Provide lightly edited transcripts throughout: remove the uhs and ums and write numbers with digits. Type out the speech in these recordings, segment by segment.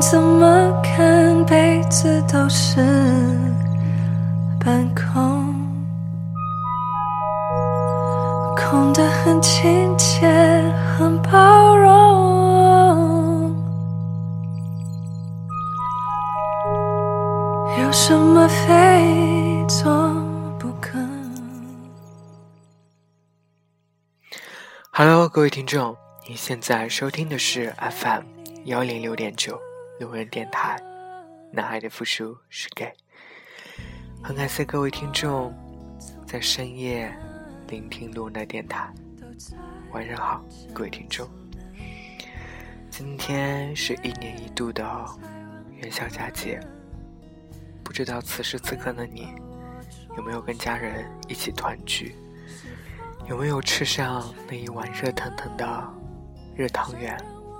怎么看杯子都是半空，空得很亲切，很包容，有什么非做不可。 Hello， 各位听众，你现在收听的是 FM 106.9路人电台，男孩的复数是 gay。 很感谢各位听众在深夜聆听路人的电台。晚上好，各位听众，今天是1年1度的元宵佳节，不知道此时此刻的你有没有跟家人一起团聚，有没有吃上那一碗热腾腾的热汤圆？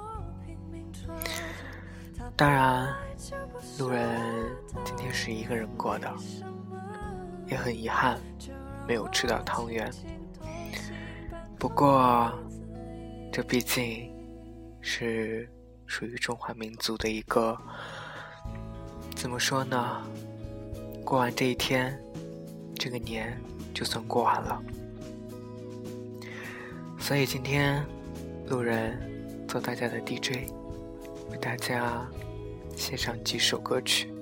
当然，路人今天是一个人过的，也很遗憾没有吃到汤圆。不过，这毕竟是属于中华民族的一个，怎么说呢？过完这一天，这个年就算过完了。所以今天路人做大家的 DJ， 为大家献上几首歌曲，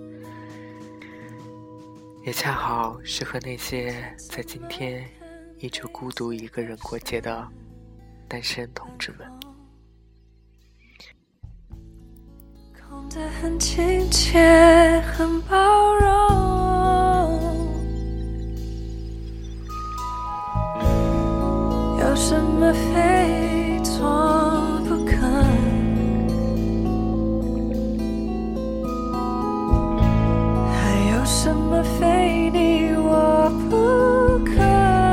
也恰好适合那些在今天依旧孤独一个人过节的单身同志们。 空得很亲切，很包容，有什么非做不可，还有什么非你我不可。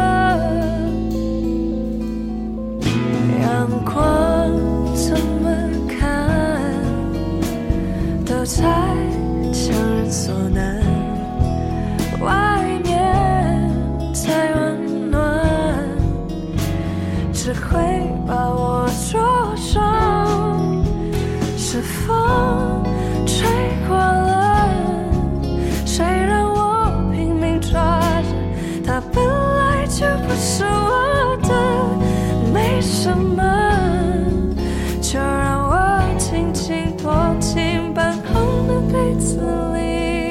阳光怎么看都在强人所难，外面再温暖只会把我灼伤，是风吹过了，谁让我拼命抓着它，本来就不是我的，没什么，就让我轻轻躲进半空的被子里。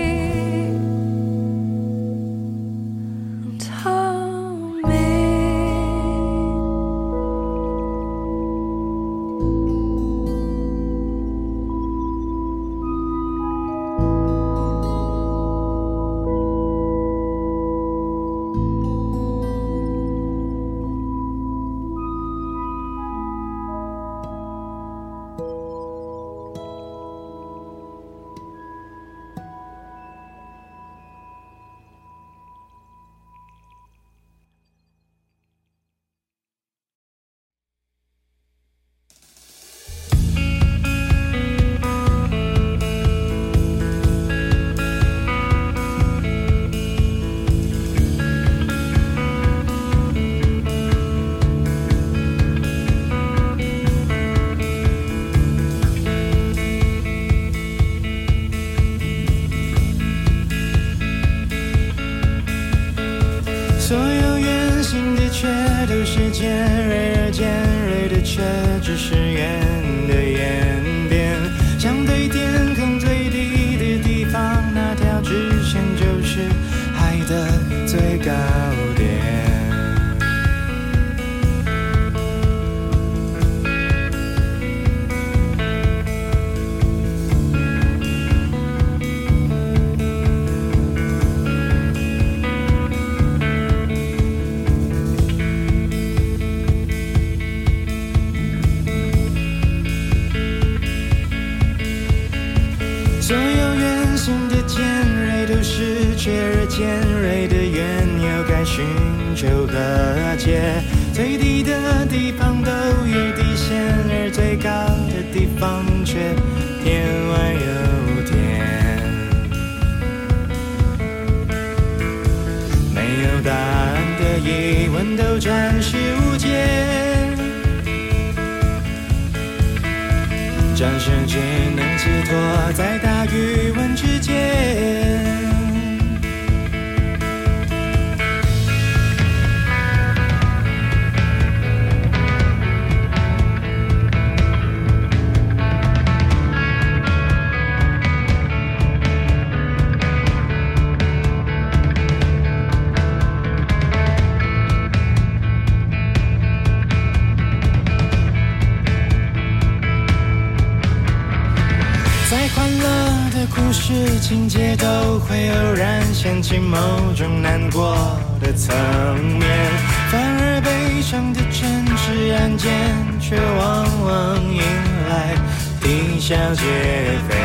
所有圆形的却都是尖锐，而尖锐的却只是圆的沿边。相对天空最低的地方，那条直线就是海的最高点。所有圆形的尖锐都是缺而尖锐的圆，又该寻求和解。最低的地方都有底线，而最高的地方却天外有天。没有答案的疑问都暂时无解，找暂时只能寄托在大与问之间。再欢乐的故事情节都会偶然掀起某种难过的层面，反而悲伤的真实案件却往往迎来啼笑皆非。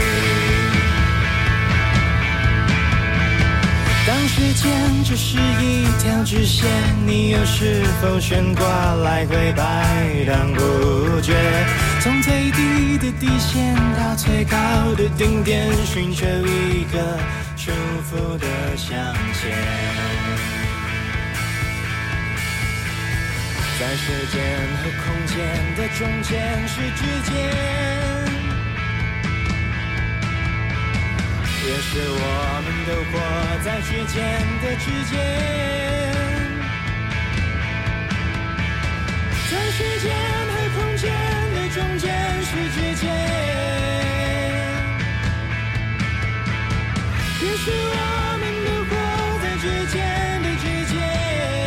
当时间只是一条直线，你又是否悬挂来回摆荡不绝，从最低的底线到最高的顶点，寻求一个舒服的象限。在时间和空间的中间是之间，也是我们都活在之间的之间，在时间和空间的中间是之间，也是我们都活在之间的之间。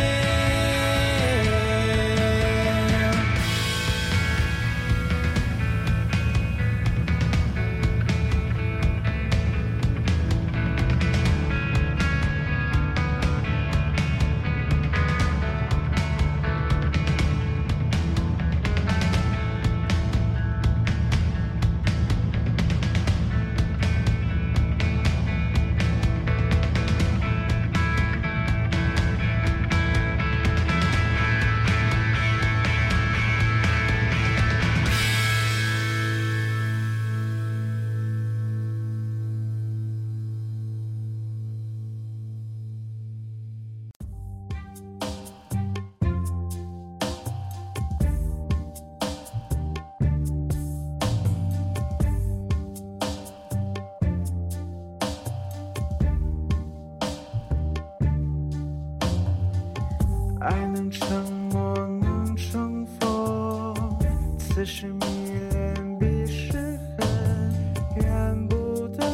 爱能沉默，能重逢，此时迷恋彼时恨，缘不得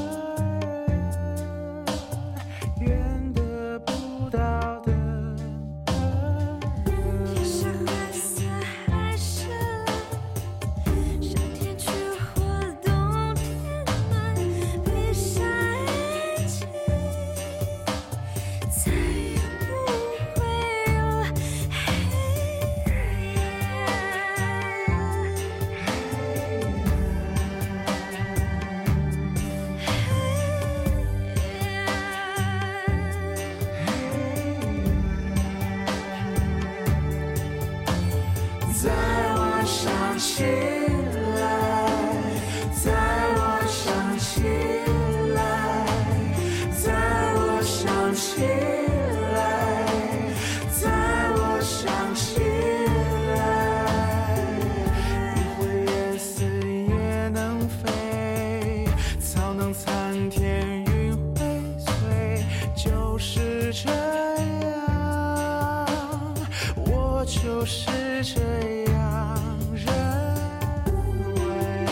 人，缘得不到的天是灰色还是蓝，夏天去或冬天暖，闭上眼睛再也不会有黑夜。在我想起来，在我想起来，在我想起来，在我想起来， 你会连丝也能飞，草能参天，云会碎，就是这样，我就是这样认为。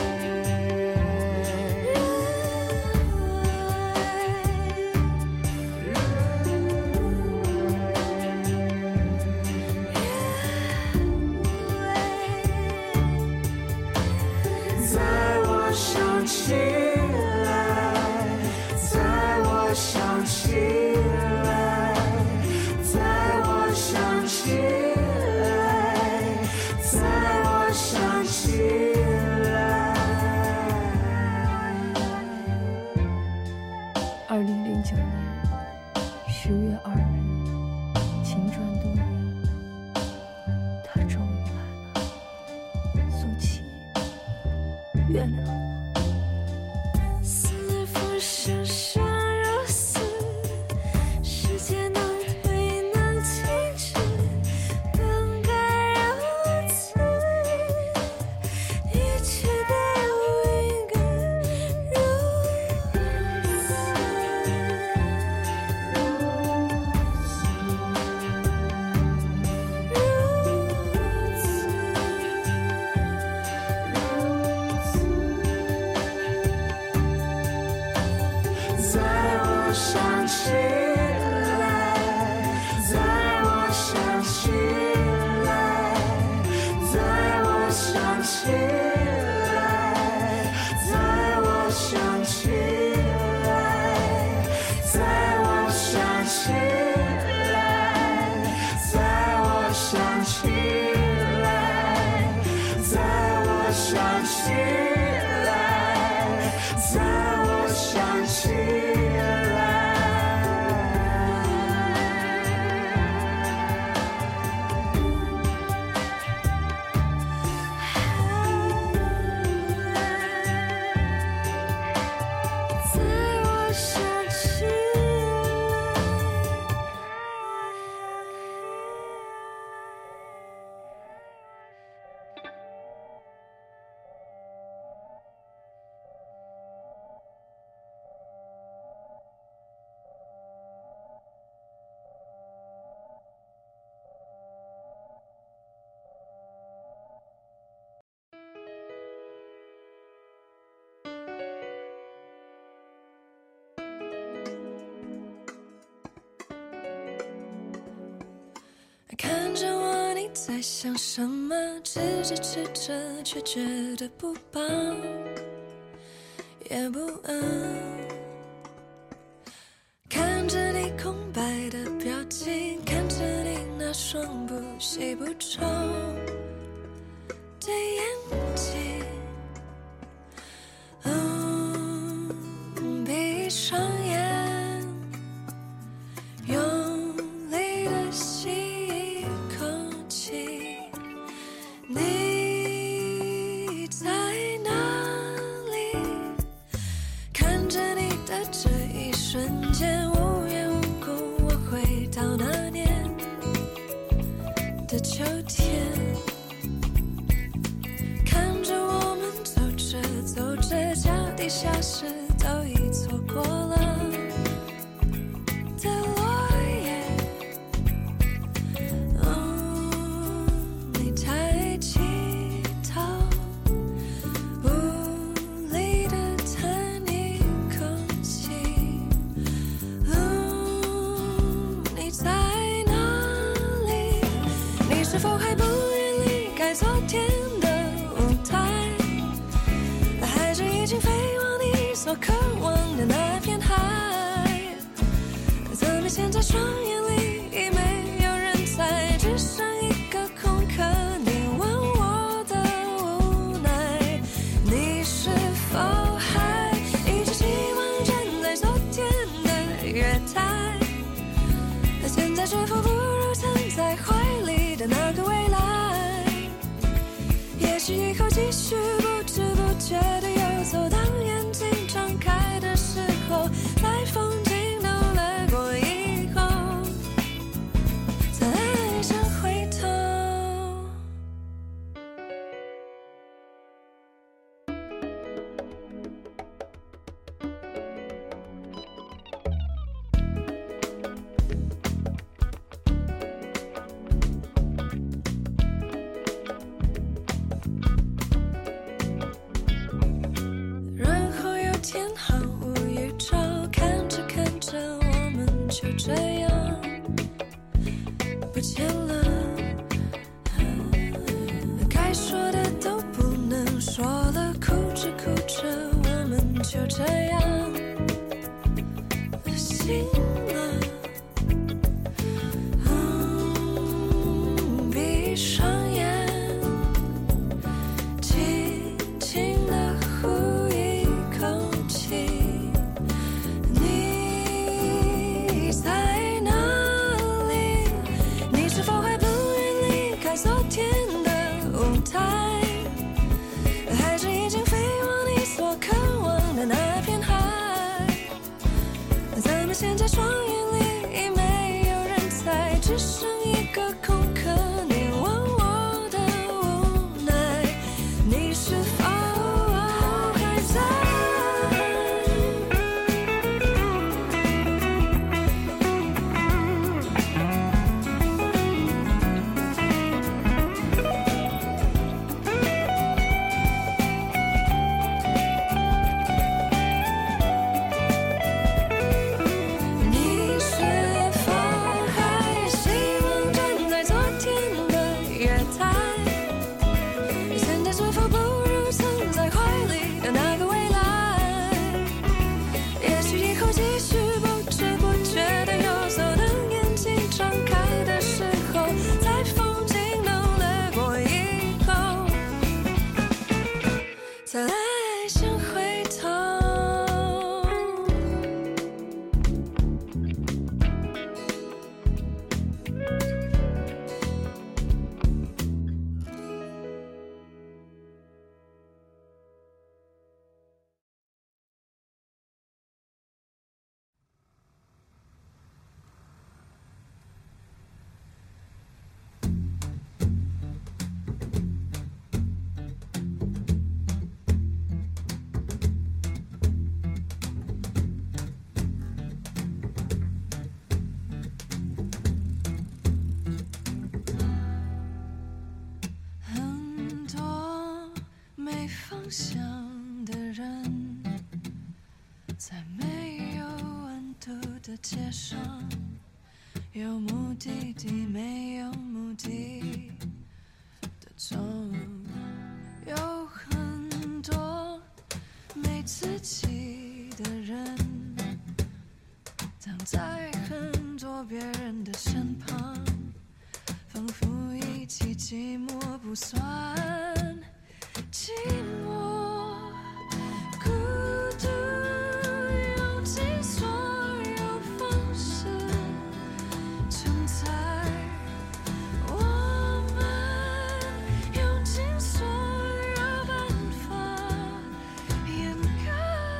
在我想起来，在我想起来，在我想起来， 在想什么，吃着吃着却觉得不饱也不饿，看着你空白的表情，看着你那双不细不皱的眼睛，闭上眼，用力的吸一口气，你在哪里？看着你的这一瞬间，无缘无故我回到那年的秋天，看着我们走着走着，脚底下是都已错过了的落叶，你抬起头，无力地叹一口气，你在哪里？你是否还不愿离开昨天的舞台，还是已经飞往你所渴望的那片海？怎么现在双眼里已没有人在，只剩一个空壳凝望我的无奈？你是否还一直期望站在昨天的月台，现在却否不如藏在怀里的那个未来？也许以后继续不知不觉的游走，当眼睛张开的时候，在风景都掠过以后，才想回头。然后有天毫无预兆，看着看着我们就这样不见了，该说的都不能说了，哭着哭着我们就这样醒了，闭上眼，轻轻地呼一口气，你在哪里？你是否还不愿离开昨天的舞台，还是已经飞往你所渴望的那片海？怎么现在双眼里已没有人在，只剩一个空壳凝望我的无奈？你是否还在？你是否还希望站在昨天的月台，现在是否不如藏在怀里的那个未来？也许以后继续不知不觉的游走，当眼睛张开的时候，在风景都掠过以后，再来想回头。很多没方向的人，在没有温度的街上，有目的地没有目的， 中有很多没自己的人，躺在很多别人的身旁，仿佛一起寂寞不算寂寞，孤独用尽所有方式承载我们，用尽所有办法掩盖。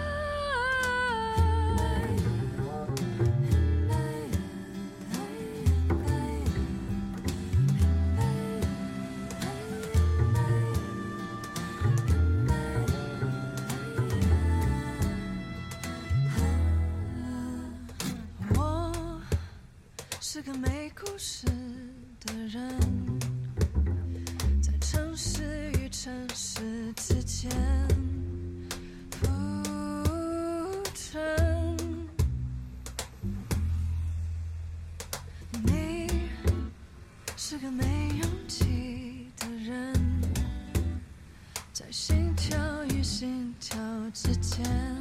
我是个没故事的人，在城市与城市之间浮沉。你是个没勇气的人，在心跳与心跳之间